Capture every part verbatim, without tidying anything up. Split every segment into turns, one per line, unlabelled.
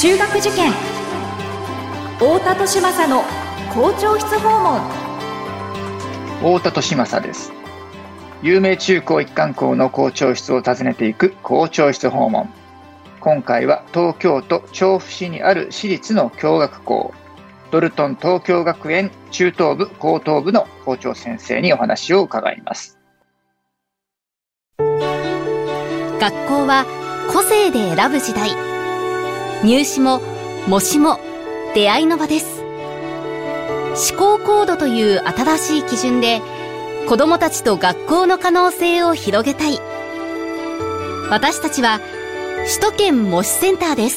中学受験、太田利政の校長室訪問。
太田利政です。有名中高一貫校の校長室を訪ねていく校長室訪問。今回は東京都調布市にある私立の共学校、ドルトン東京学園中等部高等部の校長先生にお話を伺います。
学校は個性で選ぶ時代。入試も模試も出会いの場です。思考コードという新しい基準で子どもたちと学校の可能性を広げたい。私たちは首都圏模試センターです。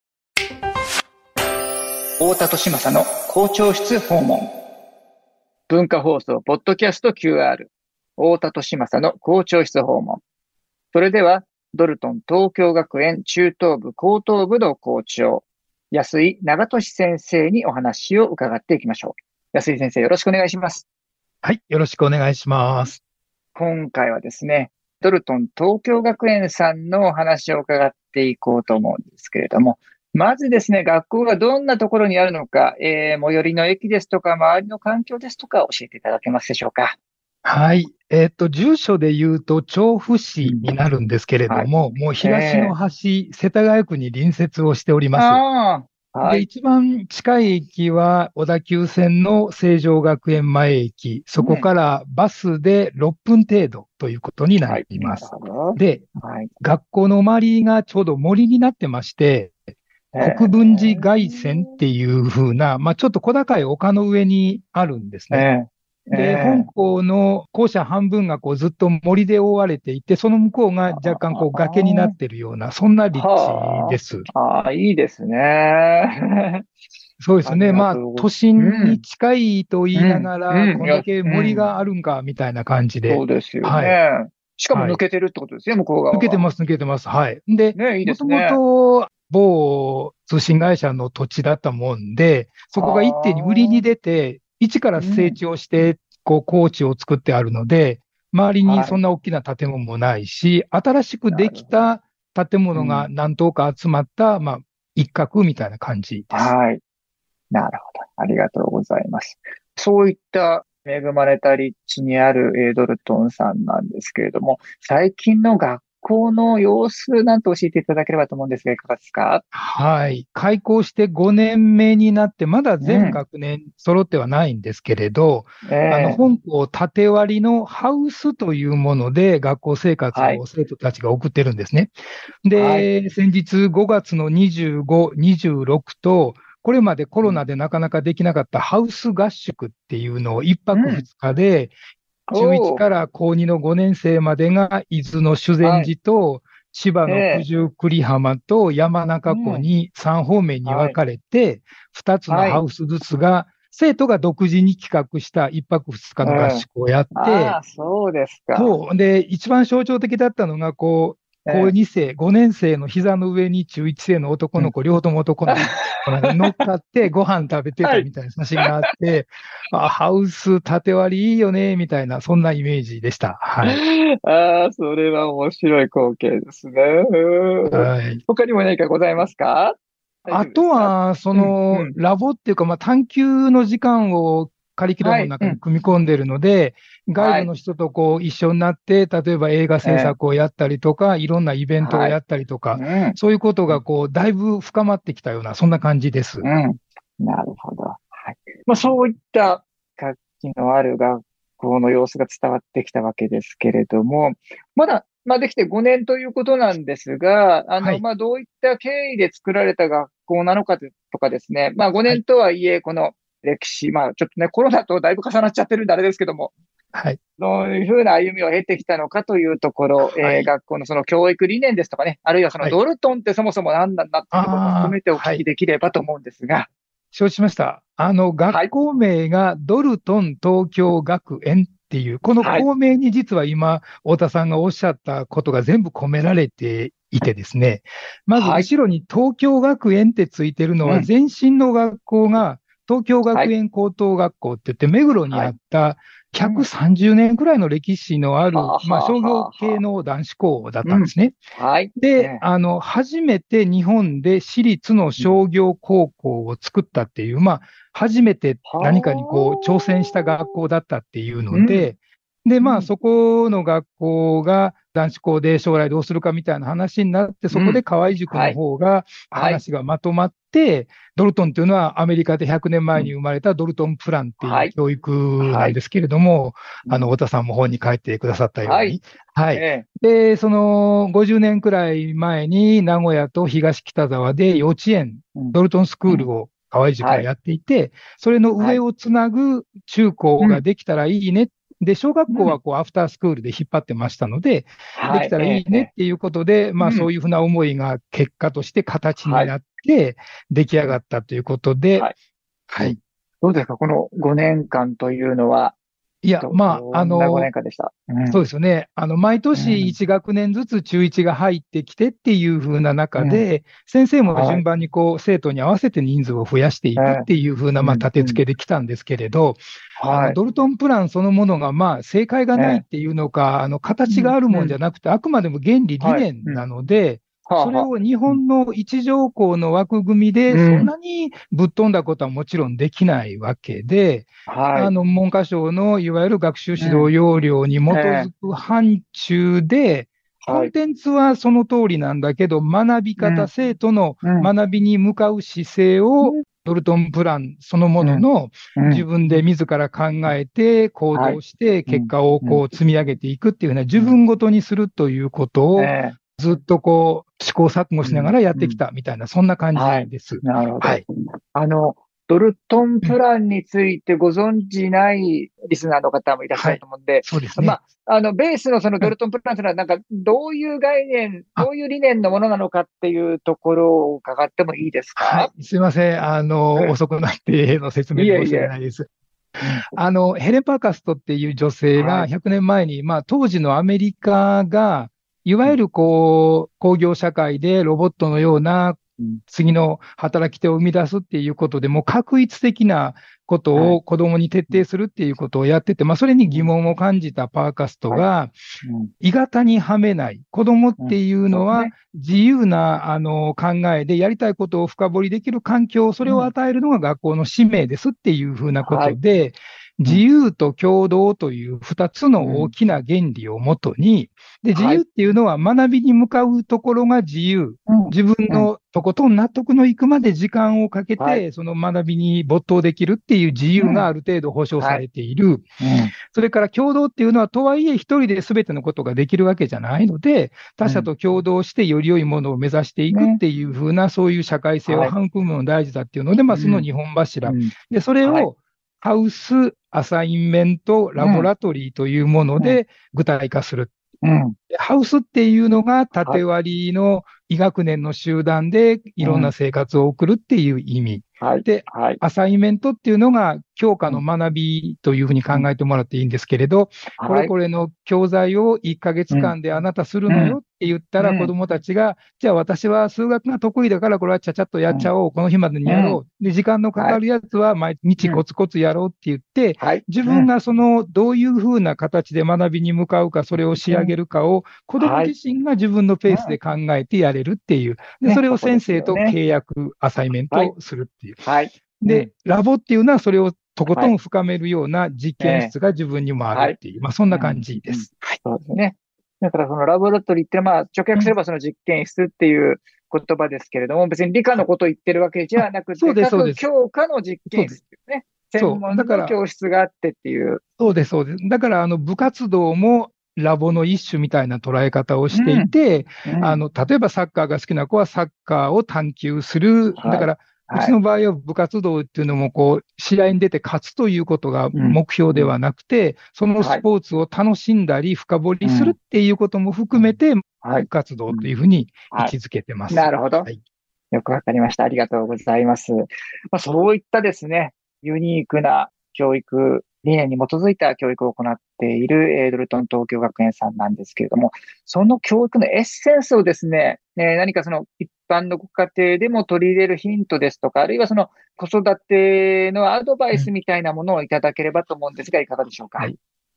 太田利政の校長室訪問。文化放送ポッドキャスト キューアール 太田利政の校長室訪問。それではドルトン東京学園中等部高等部の校長、安井長俊先生にお話を伺っていきましょう。安井先生、よろしくお願いします。
はい、よろしくお願いします。
今回はですね、ドルトン東京学園さんのお話を伺っていこうと思うんですけれども、まずですね、学校がどんなところにあるのか、えー、最寄りの駅ですとか、周りの環境ですとか、教えていただけますでしょうか。
はい。えっと、住所で言うと、調布市になるんですけれども、はい、もう東の端、えー、世田谷区に隣接をしております。
あはい、
で、一番近い駅は、小田急線の成城学園前駅、そこからバスでろっぷん程度ということになります。はい、で、はい、学校の周りがちょうど森になってまして、国分寺外線っていう風な、まあちょっと小高い丘の上にあるんですね。えーで、本校の校舎半分がこうずっと森で覆われていて、その向こうが若干こう崖になっているような、そんな立地です。
ああ、いいですね。
そうですね。まあ、都心に近いと言いながら、うんうん、こんだけ森があるんか、みたいな感じで。
そうですよね。はい、しかも抜けてるってことですね、はい、向こう側は。
抜けてます、抜けてます。はい。で、
ね、いいですね。
もともと、某通信会社の土地だったもんで、そこが一手に売りに出て、一から成長して、こう、高地を作ってあるので、周りにそんな大きな建物もないし、はい、新しくできた建物が何棟か集まった、まあ、一角みたいな感じです。
はい。なるほど。ありがとうございます。そういった恵まれた立地にあるドルトンさんなんですけれども、最近の学校の様子なんて教えていただければと思うんですが、いかがですか？
はい。開校してごねんめになって、まだ全学年揃ってはないんですけれど、うんえー、あの、本校縦割りのハウスというもので学校生活を生徒たちが送ってるんですね。はい、で、はい、先日ごがつのにじゅうご、にじゅうろくと、これまでコロナでなかなかできなかったハウス合宿っていうのをいっぱくふつかで、うん中いちから高にのごねん生までが伊豆の修善寺と、はい、千葉の九十九里浜と山中湖にさん方面に分かれて、ふたつのハウスずつが、生徒が独自に企画したいっぱくふつかの合宿をやって、うん、
ああ、そうですか。
そう。で、一番象徴的だったのが、こう、高に生、ごねん生の膝の上に中いち生の男の子、うん、両方とも男の子が乗っかってご飯食べてたみたいな写真があって、はい、あハウス縦割りいいよね、みたいな、そんなイメージでした。はい。
ああ、それは面白い光景ですね。はい。他にも何かございますか？
あとは、その、うんうん、ラボっていうか、まあ、探究の時間をカリキュラムの中に組み込んでるので、はいうん、外部の人とこう一緒になって、例えば映画制作をやったりとか、えー、いろんなイベントをやったりとか、はいうん、そういうことがこう、だいぶ深まってきたような、そんな感じです。
うん、なるほど。はい。まあ、そういった活気のある学校の様子が伝わってきたわけですけれども、まだ、まあ、できてごねんということなんですが、あの、はい、まあ、どういった経緯で作られた学校なのかとかですね、まあ、ごねんとはいえ、この、歴史、まあちょっとね、コロナとだいぶ重なっちゃってるんであれですけども、
はい。
どういうふうな歩みを経てきたのかというところ、はい、えー、学校のその教育理念ですとかね、あるいはそのドルトンってそもそも何なんだっていうところも含めてお聞きできればと思うんですが。はい、
承知しました。あの、学校名がドルトン東京学園っていう、この校名に実は今、太田さんがおっしゃったことが全部込められていてですね、まず後ろに東京学園ってついてるのは、前身の学校が東京学園高等学校って言って、目黒にあったひゃくさんじゅうねんくらいの歴史のある、まあ、商業系の男子校だったんですね。
うん、はい。
で、あの、初めて日本で私立の商業高校を作ったっていう、まあ、初めて何かにこう、挑戦した学校だったっていうので、うん、で、まあ、そこの学校が男子校で将来どうするかみたいな話になって、そこで河合塾の方が話がまとまって、はいはい、ドルトンっていうのはアメリカでひゃくねんまえに生まれたドルトンプランっていう教育なんですけれども、はいはい、あの、太田さんも本に書いてくださったように。はい。はいええ、で、そのごじゅうねんくらい前に名古屋と東北沢で幼稚園、ドルトンスクールを河合塾がやっていて、はい、それの上をつなぐ中高ができたらいいね。で、小学校はこう、アフタースクールで引っ張ってましたので、できたらいいねっていうことで、まあそういうふうな思いが結果として形になって出来上がったということで、
はい。はい。どうですかこのごねんかんというのは。
いや、まあ、あの、
ごねんかんでした。
うん、そうですよね。あの、毎年いち学年ずつ中いちが入ってきてっていう風な中で、うん、先生も順番にこう、生徒に合わせて人数を増やしていくっていう風な、まあ、立て付けできたんですけれど、あの、ドルトンプランそのものが、まあ、正解がないっていうのか、あの、形があるもんじゃなくて、あくまでも原理理念なので、それを日本の一条項の枠組みで、そんなにぶっ飛んだことはもちろんできないわけで、はい、あの、文科省のいわゆる学習指導要領に基づく範疇で、コンテンツはその通りなんだけど、学び方、生徒の学びに向かう姿勢を、ドルトンプランそのものの自分で自ら考えて行動して結果をこう積み上げていくっていうのは自分ごとにするということをずっとこう試行錯誤しながらやってきたみたいな、そんな感じです。
はい、なるほど。はい。あの、ドルトンプランについてご存知ないリスナーの方もいらっしゃると思うんで、はい、
そうですね。
まあ、あの、ベースのそのドルトンプランというのは、なんか、どういう概念、どういう理念のものなのかっていうところを伺ってもいいですか？
はい。すいません。あの、うん、遅くなっての説明申し訳ないです。いえいえあの、ヘレン・パーカストっていう女性がひゃくねんまえに、はい、まあ、当時のアメリカが、いわゆるこう、工業社会でロボットのような次の働き手を生み出すっていうことで、もう確一的なことを子供に徹底するっていうことをやってて、まあそれに疑問を感じたパーカストが、鋳型にはめない。子供っていうのは自由なあの考えでやりたいことを深掘りできる環境、それを与えるのが学校の使命ですっていうふうなことで、自由と共同という二つの大きな原理をもとに、で、自由っていうのは学びに向かうところが自由。自分のとことん納得のいくまで時間をかけて、その学びに没頭できるっていう自由がある程度保障されている。それから共同っていうのは、とはいえ一人で全てのことができるわけじゃないので、他者と共同してより良いものを目指していくっていうふうな、そういう社会性を育むのが大事だっていうので、まあその二本柱。で、それを、ハウス、アサインメント、ラボラトリーというもので具体化する。うん、ハウスっていうのが縦割りの医学年の集団でいろんな生活を送るっていう意味。はい、で、はい、アサインメントっていうのが教科の学びというふうに考えてもらっていいんですけれど、うん、これこれの教材をいっかげつかんであなたするのよって言ったら子供たちが、じゃあ私は数学が得意だからこれはちゃちゃっとやっちゃおう。この日までにやろう。で、時間のかかるやつは毎日コツコツやろうって言って、自分がそのどういうふうな形で学びに向かうか、それを仕上げるかを子供自身が自分のペースで考えてやれるっていう。で、それを先生と契約、アサイメントをするっていう。はい。で、ラボっていうのはそれをとことん深めるような実験室が自分にもあるっていう、まあそんな感じです。
はい。そうですね。だからそのラボラトリーってまあ直訳すればその実験室っていう言葉ですけれども、別に理科のことを言ってるわけじゃなくて、各教科の実験室ですね。専門の教室があってっていう。
そうです、そうです。だからあの部活動もラボの一種みたいな捉え方をしていて、うんうん、あの、例えばサッカーが好きな子はサッカーを探求する。はい、だから、うちの場合は部活動っていうのも、こう、試合に出て勝つということが目標ではなくて、うん、そのスポーツを楽しんだり、深掘りするっていうことも含めて、部活動というふうに位置づけてます。
はいはい、なるほど。はい、よくわかりました。ありがとうございます。まあ、そういったですね、ユニークな教育、理念に基づいた教育を行っている、えー、ドルトン東京学園さんなんですけれども、その教育のエッセンスをですね、えー、何かその一般のご家庭でも取り入れるヒントですとか、あるいはその子育てのアドバイスみたいなものをいただければと思うんですが、いかがでしょうか。
はい。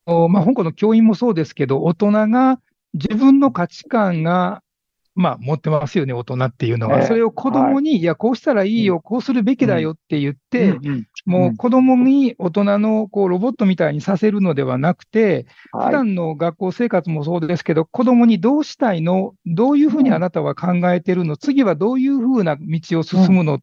まあ、香港の教員もそうですけど、大人が自分の価値観が、まあ、持ってますよね、大人っていうのは。
ええ
それを子供に、いや、こうしたらいいよ、こうするべきだよって言って、もう子供に大人のこうロボットみたいにさせるのではなくて、
はい
普段の学校生活もそうですけど、子供にどうしたいの、どういうふうにあなたは考えてるの、次はどういうふうな道を進むのって、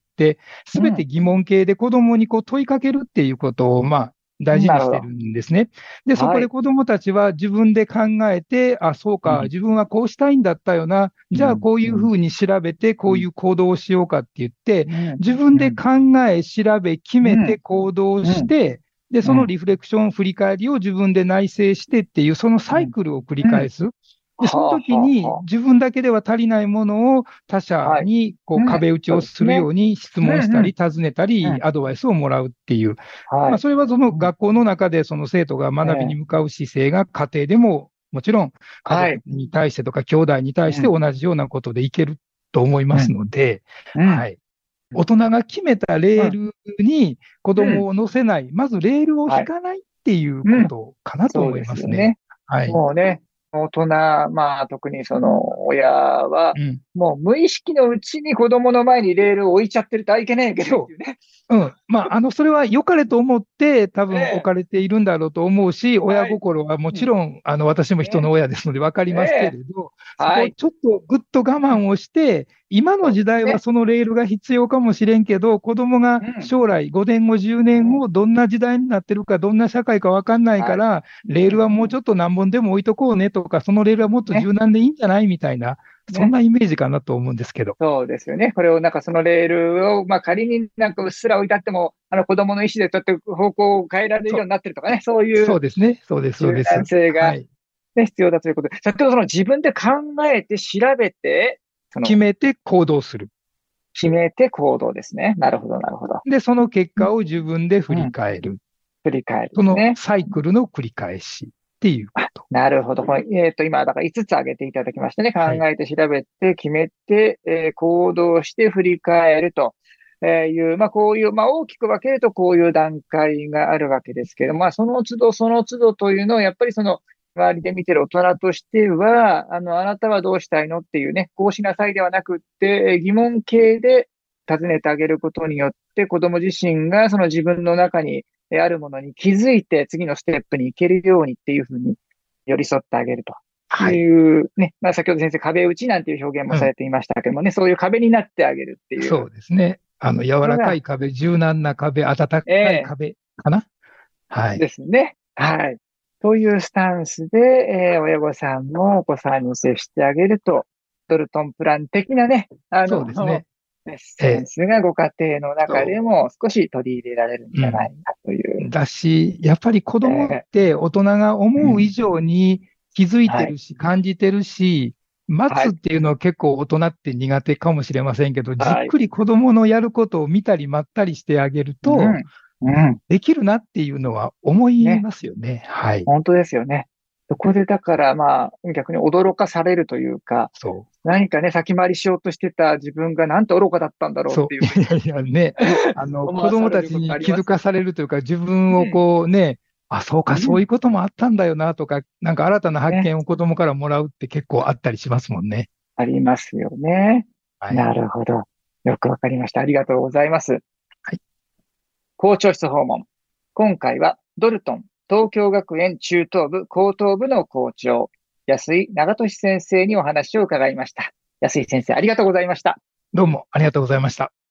すべて疑問形で子供にこう問いかけるっていうことを、まあ、大事にしてるんですね。で、そこで子供たちは自分で考えて、あ、そうか、自分はこうしたいんだったよな。じゃあ、こういうふうに調べて、こういう行動をしようかって言って、自分で考え、調べ、決めて行動して、で、そのリフレクション、振り返りを自分で内省してっていう、そのサイクルを繰り返す。で、その時に自分だけでは足りないものを他者にこう壁打ちをするように質問したり、尋ねたり、アドバイスをもらうっていう。まあ、それはその学校の中でその生徒が学びに向かう姿勢が家庭でももちろん家族に対してとか兄弟に対して同じようなことでいけると思いますので、はい。大人が決めたレールに子供を乗せない、まずレールを引かないっていうことかなと思いますね。はい。
もうね。大人、まあ特にその親は、もう無意識のうちに子供の前にレールを置いちゃってるといけないけど、ね、
うん。まあ、あの、それは良かれと思って多分置かれているんだろうと思うし、えー、親心はもちろん、はい、あの、私も人の親ですので分かりますけれど、えー、そこをちょっとぐっと我慢をして、今の時代はそのレールが必要かもしれんけど、子供が将来ごねんご、じゅうねんご、どんな時代になってるか、どんな社会か分かんないから、レールはもうちょっと何本でも置いとこうねとか、そのレールはもっと柔軟でいいんじゃないみたいな、そんなイメージかなと思うんですけど。
そうですよね。これをなんかそのレールを、まあ仮になんかうっすら置いてあっても、あの子供の意思でそうやって方向を変えられるようになってるとかね、そういう。
そうですね。そうです、そうです。
柔軟性が、ね、はい、必要だということで。先ほどその自分で考えて調べて、
その決めて行動する。
決めて行動ですね。なるほど、なるほど。
で、その結果を自分で振り返る。うん、
振り返る、ね。
そのサイクルの繰り返しっていうこと。
なるほど。えっと、今、だからいつつ挙げていただきましたね。考えて、調べて、決めて、はい、えー、行動して振り返るという、まあ、こういう、まあ、大きく分けるとこういう段階があるわけですけど、まあ、その都度その都度というのを、やっぱりその、周りで見てる大人としては、あの、あなたはどうしたいのっていうね、こうしなさいではなくって、疑問形で尋ねてあげることによって、子供自身がその自分の中にあるものに気づいて、次のステップに行けるようにっていうふうに寄り添ってあげるというね、はい、まあ先ほど先生、壁打ちなんていう表現もされていましたけどもね、うん、そういう壁になってあげるっていう。
そうですね。あの、柔らかい壁、柔軟な壁、温かい壁かな、
えー、はい。ですね。はい。というスタンスで、えー、親御さんもお子さんに接してあげると、ドルトンプラン的なね、あの、
そうですね。
エッセンスがご家庭の中でも少し取り入れられるんじゃないかという。
うん、だし、やっぱり子供って大人が思う以上に気づいてるし、うん、感じてるし、待つっていうのは結構大人って苦手かもしれませんけど、はい、じっくり子供のやることを見たり待ったりしてあげると、うんうん、できるなっていうのは思いますよね。ね、はい。
本当ですよね。そこでだからまあ逆に驚かされるというか、
そう
何かね、先回りしようとしてた自分がなんて愚かだったんだろうっていう。
そういやいやね、あの、子供たちに気づかされるというか、自分をこうね、うん、あ、そうか、そういうこともあったんだよなとか、なんか新たな発見を子供からもらうって結構あったりしますもんね。
ありますよね。はい、なるほど。よくわかりました。ありがとうございます。
はい。
校長室訪問。今回はドルトン東京学園中等部高等部の校長、安井長俊先生にお話を伺いました。安井先生、ありがとうございました。
どうもありがとうございました。